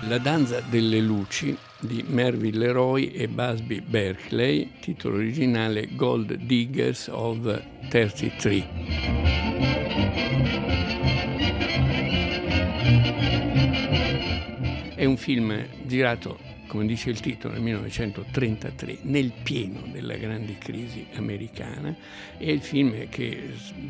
La danza delle luci di Mervyn LeRoy e Busby Berkeley, titolo originale Gold Diggers of 33. È un film girato, come dice il titolo, nel 1933, nel pieno della grande crisi americana. È il film che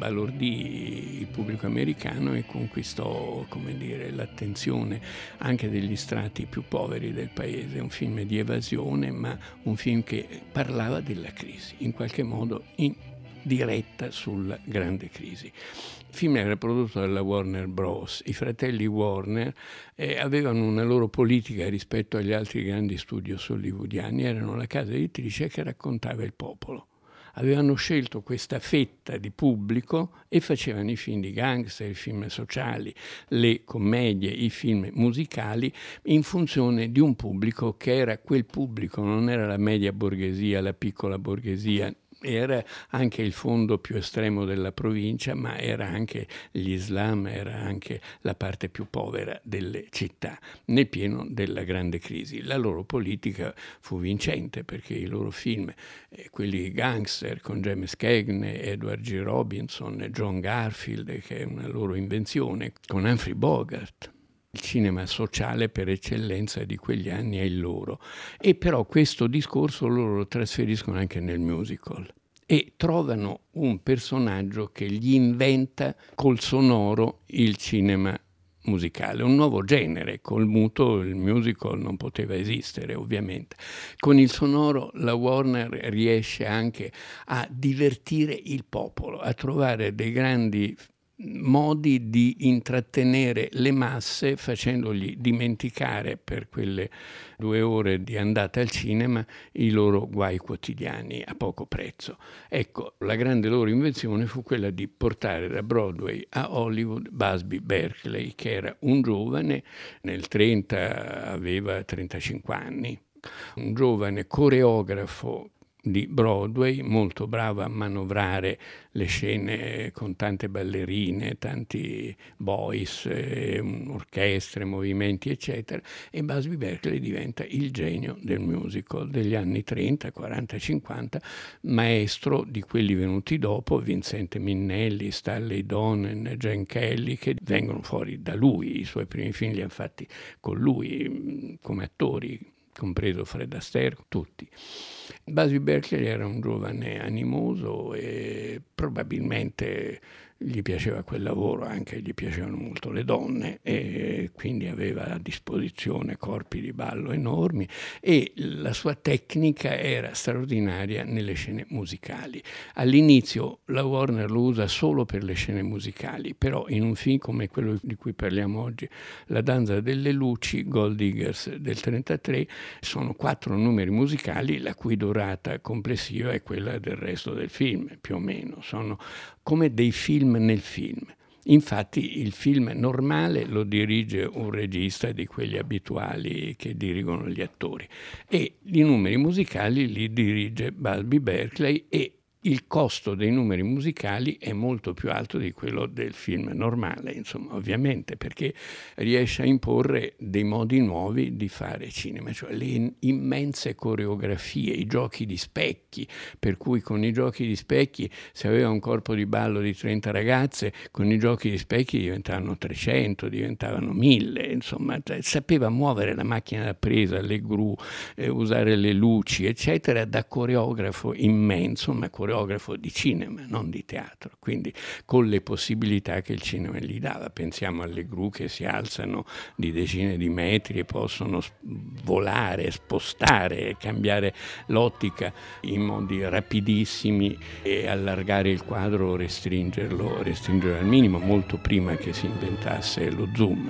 sbalordì il pubblico americano e conquistò, come dire, l'attenzione anche degli strati più poveri del paese. È un film di evasione, ma un film che parlava della crisi, in qualche modo in diretta sulla grande crisi. Il film era prodotto dalla Warner Bros. I fratelli Warner avevano una loro politica rispetto agli altri grandi studios hollywoodiani, erano la casa editrice che raccontava il popolo. Avevano scelto questa fetta di pubblico e facevano i film di gangster, i film sociali, le commedie, i film musicali in funzione di un pubblico che era quel pubblico, non era la media borghesia, la piccola borghesia, era anche il fondo più estremo della provincia, ma era anche gli slam, era anche la parte più povera delle città, nel pieno della grande crisi. La loro politica fu vincente perché i loro film, quelli gangster con James Cagney, Edward G. Robinson, John Garfield, che è una loro invenzione, con Humphrey Bogart. Il cinema sociale per eccellenza di quegli anni è il loro. E però questo discorso loro lo trasferiscono anche nel musical e trovano un personaggio che gli inventa col sonoro il cinema musicale, un nuovo genere. Col muto il musical non poteva esistere, ovviamente. Con il sonoro la Warner riesce anche a divertire il popolo, a trovare dei grandi modi di intrattenere le masse facendogli dimenticare per quelle 2 ore di andata al cinema i loro guai quotidiani a poco prezzo. Ecco, la grande loro invenzione fu quella di portare da Broadway a Hollywood Busby Berkeley, che era un giovane, nel 30 aveva 35 anni, un giovane coreografo di Broadway, molto bravo a manovrare le scene con tante ballerine, tanti boys, orchestre, movimenti, eccetera, e Busby Berkeley diventa il genio del musical degli anni 30, 40, 50, maestro di quelli venuti dopo, Vincente Minnelli, Stanley Donen, Gene Kelly, che vengono fuori da lui. I suoi primi film li ha fatti con lui come attori, compreso Fred Astaire, tutti. Busby Berkeley era un giovane animoso e probabilmente gli piaceva quel lavoro, anche gli piacevano molto le donne e quindi aveva a disposizione corpi di ballo enormi e la sua tecnica era straordinaria nelle scene musicali. All'inizio la Warner lo usa solo per le scene musicali, però in un film come quello di cui parliamo oggi, La danza delle luci, Gold Diggers del 1933, sono 4 numeri musicali la cui durata complessiva è quella del resto del film, più o meno. Sono come dei film nel film. Infatti il film normale lo dirige un regista di quelli abituali che dirigono gli attori e i numeri musicali li dirige Busby Berkeley e il costo dei numeri musicali è molto più alto di quello del film normale, insomma, ovviamente, perché riesce a imporre dei modi nuovi di fare cinema, cioè le immense coreografie, i giochi di specchi, per cui con i giochi di specchi se aveva un corpo di ballo di 30 ragazze, con i giochi di specchi diventavano 300, diventavano 1000, insomma, sapeva muovere la macchina da presa, le gru, usare le luci, eccetera, da coreografo immenso, ma coreografo di cinema, non di teatro, quindi con le possibilità che il cinema gli dava. Pensiamo alle gru che si alzano di decine di metri e possono volare, spostare, cambiare l'ottica in modi rapidissimi e allargare il quadro o restringerlo al minimo, molto prima che si inventasse lo zoom.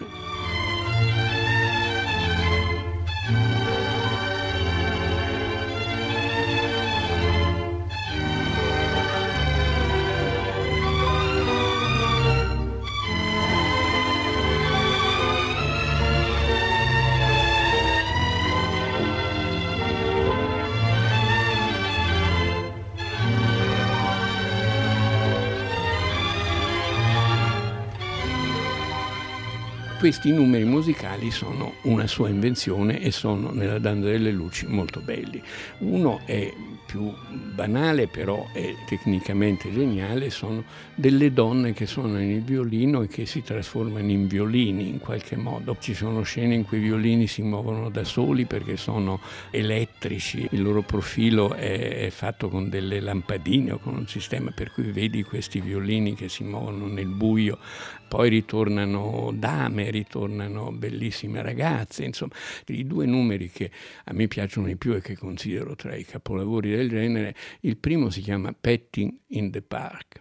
questi numeri musicali sono una sua invenzione e sono, nella Danza delle luci, molto belli. Uno è più banale, però è tecnicamente geniale, sono delle donne che suonano il violino e che si trasformano in violini in qualche modo. Ci sono scene in cui i violini si muovono da soli perché sono elettrici, il loro profilo è fatto con delle lampadine o con un sistema per cui vedi questi violini che si muovono nel buio. Poi ritornano dame, ritornano bellissime ragazze, insomma, i due numeri che a me piacciono di più e che considero tra i capolavori del genere, il primo si chiama Petting in the Park.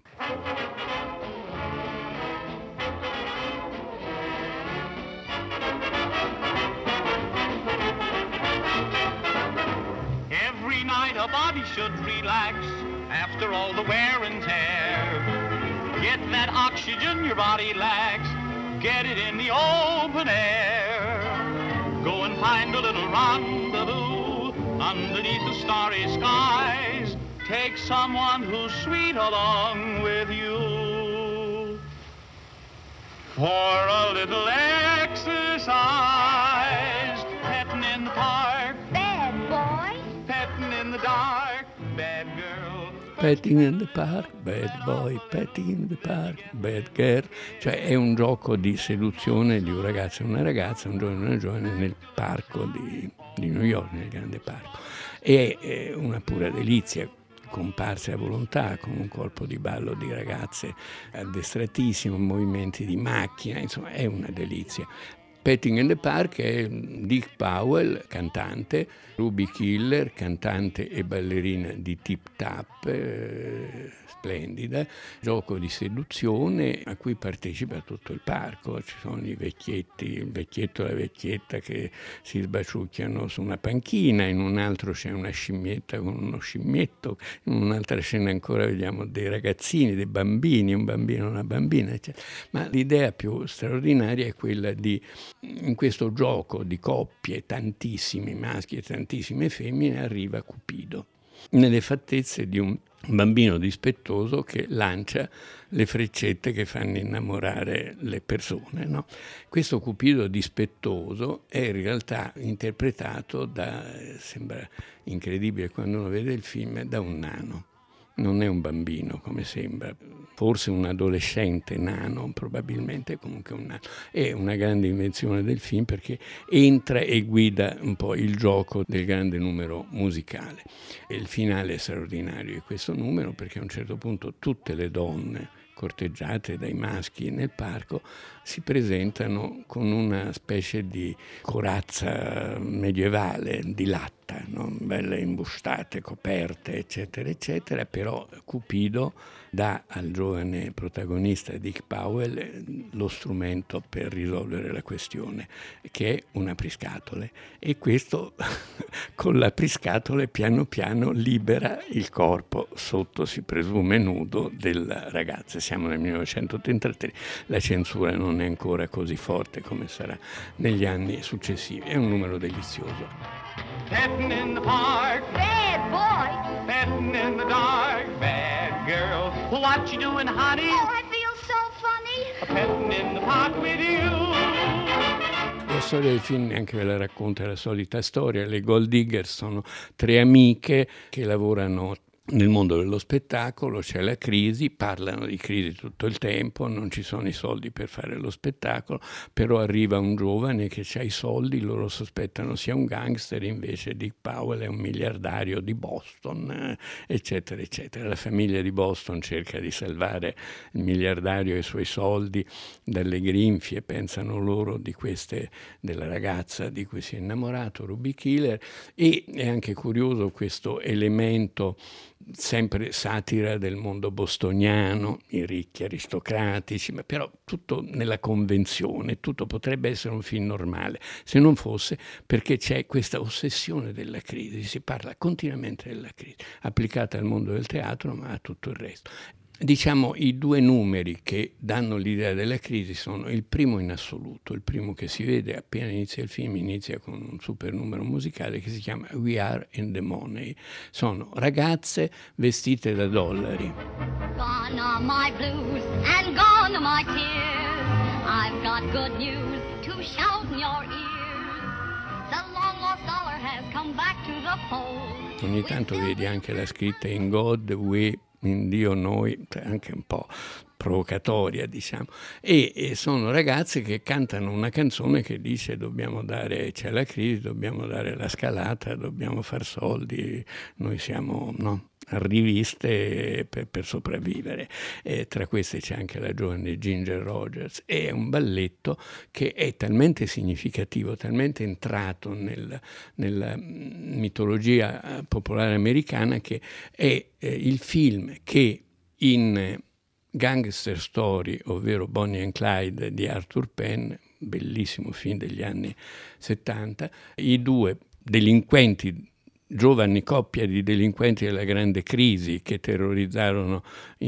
Every night a body should relax after all the wear and tear. Get that oxygen your body lacks, get it in the open air. Go and find a little rendezvous underneath the starry skies. Take someone who's sweet along with you for a little exercise. Petting in the park, Bad boy. petting in the dark, bad girl. Petting in the Park, Bad Boy, Petting in the Park, Bad Girl, cioè è un gioco di seduzione di un ragazzo e una ragazza, un giovane e una giovane nel parco di New York, nel grande parco. È una pura delizia, comparse a volontà, con un corpo di ballo di ragazze addestratissimo, movimenti di macchina, insomma è una delizia. Petting in the Park è Dick Powell, cantante, Ruby Killer, cantante e ballerina di Tip Tap, splendida, gioco di seduzione a cui partecipa tutto il parco. Ci sono i vecchietti, il vecchietto e la vecchietta che si sbaciucchiano su una panchina, in un altro c'è una scimmietta con uno scimmietto, in un'altra scena ancora vediamo dei ragazzini, dei bambini, un bambino e una bambina, eccetera. Ma l'idea più straordinaria è quella di, in questo gioco di coppie, tantissimi maschi e tantissime femmine, arriva Cupido nelle fattezze di un bambino dispettoso che lancia le freccette che fanno innamorare le persone, no? Questo Cupido dispettoso è in realtà interpretato da, sembra incredibile quando uno vede il film, da un nano. Non è un bambino come sembra, forse un adolescente nano, probabilmente comunque un nano. È una grande invenzione del film perché entra e guida un po' il gioco del grande numero musicale. E il finale è straordinario di questo numero perché a un certo punto tutte le donne corteggiate dai maschi nel parco si presentano con una specie di corazza medievale di latta, no? Belle imbustate, coperte, eccetera, eccetera, però Cupido dà al giovane protagonista Dick Powell lo strumento per risolvere la questione, che è un apriscatole, e questo con l'apriscatole piano piano libera il corpo, sotto si presume nudo, della ragazza. Siamo nel 1983, la censura non è ancora così forte come sarà negli anni successivi. È un numero delizioso. Petting in the park, Bad boy. petting in the dark, bad girl. What you doing, honey? Oh, I feel so funny. Petting in the park with you. La storia del film neanche ve la racconta, la solita storia. Le Gold Digger sono tre amiche che lavorano nel mondo dello spettacolo, c'è la crisi, parlano di crisi tutto il tempo, non ci sono i soldi per fare lo spettacolo, però arriva un giovane che ha i soldi, loro sospettano sia un gangster, invece Dick Powell è un miliardario di Boston, eccetera, eccetera. La famiglia di Boston cerca di salvare il miliardario e i suoi soldi dalle grinfie, pensano loro di queste, della ragazza di cui si è innamorato, Ruby Killer, e è anche curioso questo elemento sempre satira del mondo bostoniano, i ricchi aristocratici, ma però tutto nella convenzione, tutto potrebbe essere un film normale, se non fosse perché c'è questa ossessione della crisi, si parla continuamente della crisi, applicata al mondo del teatro ma a tutto il resto. Diciamo i due numeri che danno l'idea della crisi sono il primo in assoluto, il primo che si vede appena inizia il film, inizia con un super numero musicale che si chiama We Are in the Money. Sono ragazze vestite da dollari. Gone are my blues and gone are my tears. I've got good news to shout in your ears. The long lost dollar has come back to the fold. Ogni tanto vedi anche la scritta in God we, in Dio noi, anche un po' provocatoria, diciamo, e sono ragazze che cantano una canzone che dice dobbiamo dare, c'è la crisi, dobbiamo dare la scalata, dobbiamo far soldi, noi siamo, no, riviste per sopravvivere. Tra queste c'è anche la giovane Ginger Rogers. È un balletto che è talmente significativo, talmente entrato nella mitologia popolare americana, che è il film che in Gangster Story, ovvero Bonnie and Clyde di Arthur Penn, bellissimo film degli anni 70, i due delinquenti, giovani coppia di delinquenti della grande crisi che terrorizzarono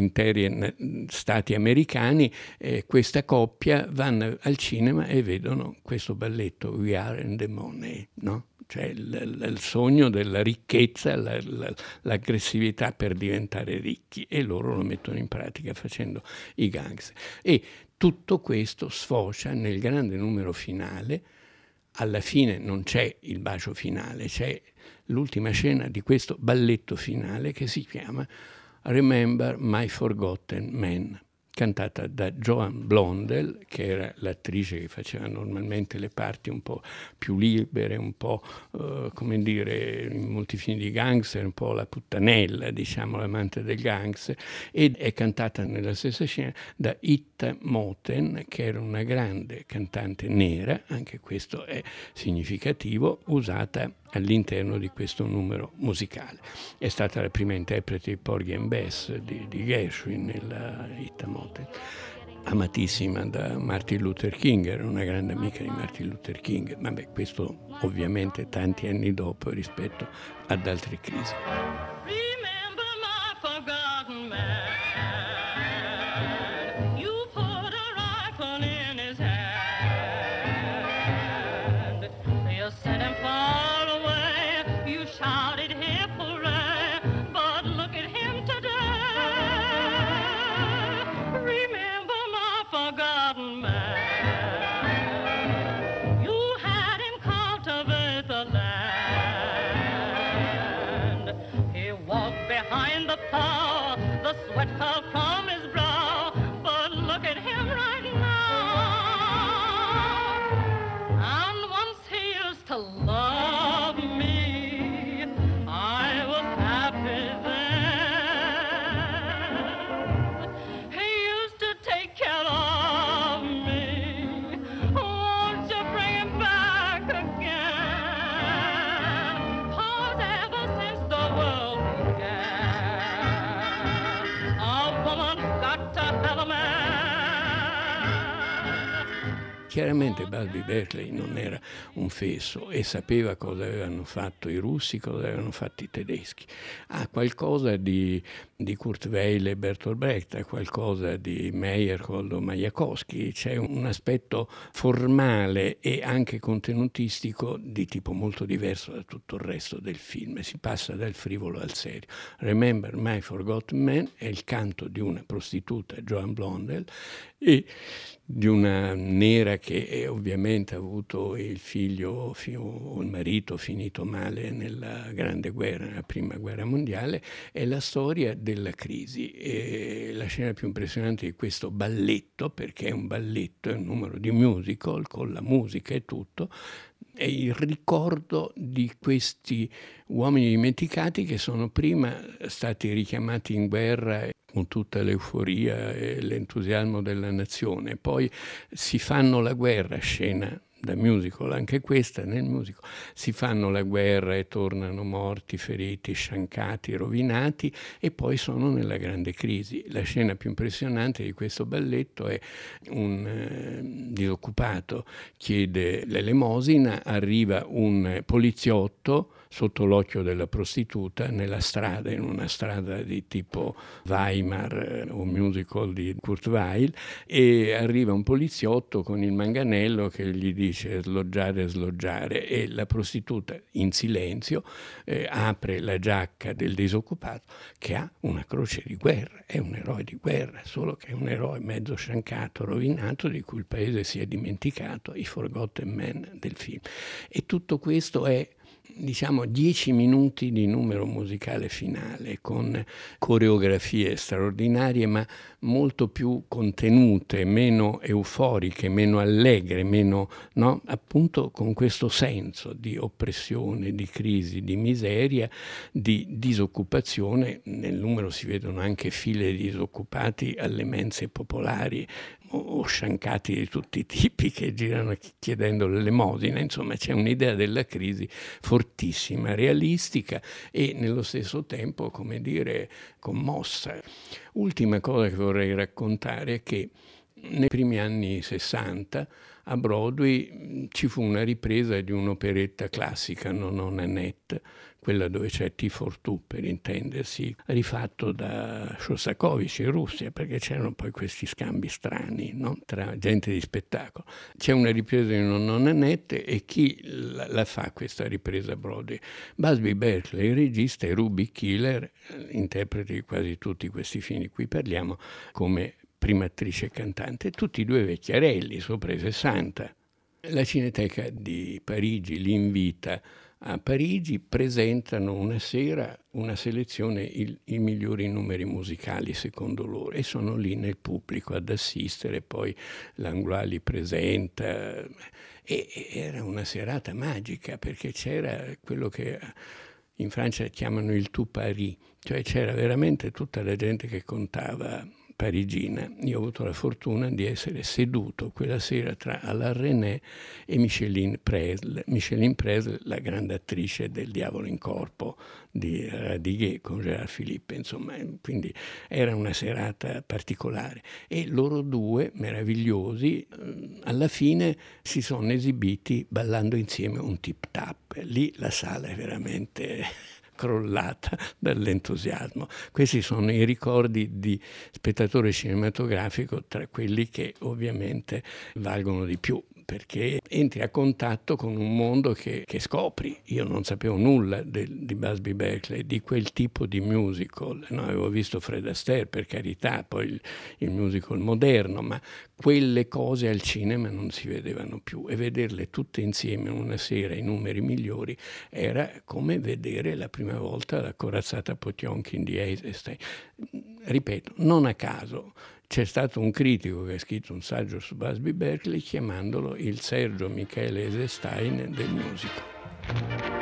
interi stati americani, questa coppia vanno al cinema e vedono questo balletto We Are in the Money, no? Cioè il sogno della ricchezza, l'aggressività per diventare ricchi, e loro lo mettono in pratica facendo i gangster. E tutto questo sfocia nel grande numero finale. Alla fine non c'è il bacio finale, c'è l'ultima scena di questo balletto finale che si chiama Remember My Forgotten Man, cantata da Joan Blondell, che era l'attrice che faceva normalmente le parti un po' più libere, un po' come dire, in molti film di gangster, un po' la puttanella, diciamo, l'amante del gangster, ed è cantata nella stessa scena da Ita Moten, che era una grande cantante nera, anche questo è significativo, usata all'interno di questo numero musicale. È stata la prima interprete di Porgy and Bess di Gershwin, nella Ita Moten, amatissima da Martin Luther King, era una grande amica di Martin Luther King. Vabbè, questo ovviamente tanti anni dopo rispetto ad altre crisi. Remember my forgotten man. You put a rifle in his hand. You set him far away. You shouted hip hooray. But look at him today. Remember my forgotten man. You had him cultivate the land. He walked behind the plow, the sweat fell from his brow. But look at him right now. And once he used to love me, I was happy then. He used to take care of me. Won't you bring him back again? 'Cause ever since the world began, a woman's got to have a man. Chiaramente Busby Berkeley non era un fesso e sapeva cosa avevano fatto i russi, cosa avevano fatto i tedeschi. Ha qualcosa di Kurt Weill e Bertolt Brecht, ha qualcosa di Meyerhold o Majakovsky, c'è un aspetto formale e anche contenutistico di tipo molto diverso da tutto il resto del film. Si passa dal frivolo al serio. Remember My Forgotten Man è il canto di una prostituta, Joan Blondell, e di una nera che ovviamente ha avuto il figlio o il marito finito male nella Grande Guerra, nella Prima Guerra Mondiale. È la storia della crisi. E la scena più impressionante di questo balletto, perché è un balletto, è un numero di musical con la musica e tutto, è il ricordo di questi uomini dimenticati che sono prima stati richiamati in guerra con tutta l'euforia e l'entusiasmo della nazione, poi si fanno la guerra, scena da musical, anche questa nel musical, si fanno la guerra e tornano morti, feriti, sciancati, rovinati, e poi sono nella grande crisi. La scena più impressionante di questo balletto è un disoccupato chiede l'elemosina, arriva un poliziotto sotto l'occhio della prostituta nella strada, in una strada di tipo Weimar o musical di Kurt Weill, e arriva un poliziotto con il manganello che gli dice sloggiare, e la prostituta in silenzio apre la giacca del disoccupato, che ha una croce di guerra, è un eroe di guerra, solo che è un eroe mezzo sciancato, rovinato, di cui il paese si è dimenticato, i Forgotten Men del film. E tutto questo è, diciamo, 10 minuti di numero musicale finale, con coreografie straordinarie, ma molto più contenute, meno euforiche, meno allegre, meno, no? Appunto con questo senso di oppressione, di crisi, di miseria, di disoccupazione. Nel numero si vedono anche file di disoccupati alle mense popolari, o sciancati di tutti i tipi che girano chiedendo l'elemosina. Insomma, c'è un'idea della crisi fortissima, realistica e nello stesso tempo, come dire, commossa. Ultima cosa che vorrei raccontare è che nei primi anni 60 a Broadway ci fu una ripresa di un'operetta classica, Non Annette, quella dove c'è T for Two, per intendersi, rifatto da Shostakovich in Russia, perché c'erano poi questi scambi strani, no? Tra gente di spettacolo. C'è una ripresa di Non Annette, e chi la fa questa ripresa a Broadway? Busby Berkeley, il regista, e Ruby Keeler, interpreti di quasi tutti questi film di cui parliamo, come prima attrice e cantante, tutti e due vecchiarelli, sopra i 60. La Cineteca di Parigi li invita a Parigi, presentano una sera una selezione, i migliori numeri musicali secondo loro, e sono lì nel pubblico ad assistere. Poi Langlois li presenta, e era una serata magica, perché c'era quello che in Francia chiamano il tout Paris, cioè c'era veramente tutta la gente che contava parigina. Io ho avuto la fortuna di essere seduto quella sera tra Alain Resnais e Micheline Presley. Micheline Presley, la grande attrice del Diavolo in corpo di Radiguet con Gérard Philippe, insomma, quindi era una serata particolare. E loro due, meravigliosi, alla fine si sono esibiti ballando insieme un tip tap. Lì la sala è veramente crollata dall'entusiasmo. Questi sono i ricordi di spettatore cinematografico, tra quelli che ovviamente valgono di più, perché entri a contatto con un mondo che scopri. Io non sapevo nulla di Busby Berkeley, di quel tipo di musical, no? Avevo visto Fred Astaire, per carità, poi il musical moderno, ma quelle cose al cinema non si vedevano più, e vederle tutte insieme una sera, i numeri migliori, era come vedere la prima volta la corazzata Potjomkin di Eisenstein. Ripeto, non a caso c'è stato un critico che ha scritto un saggio su Busby Berkeley chiamandolo il Sergio Michele Eisenstein del musical.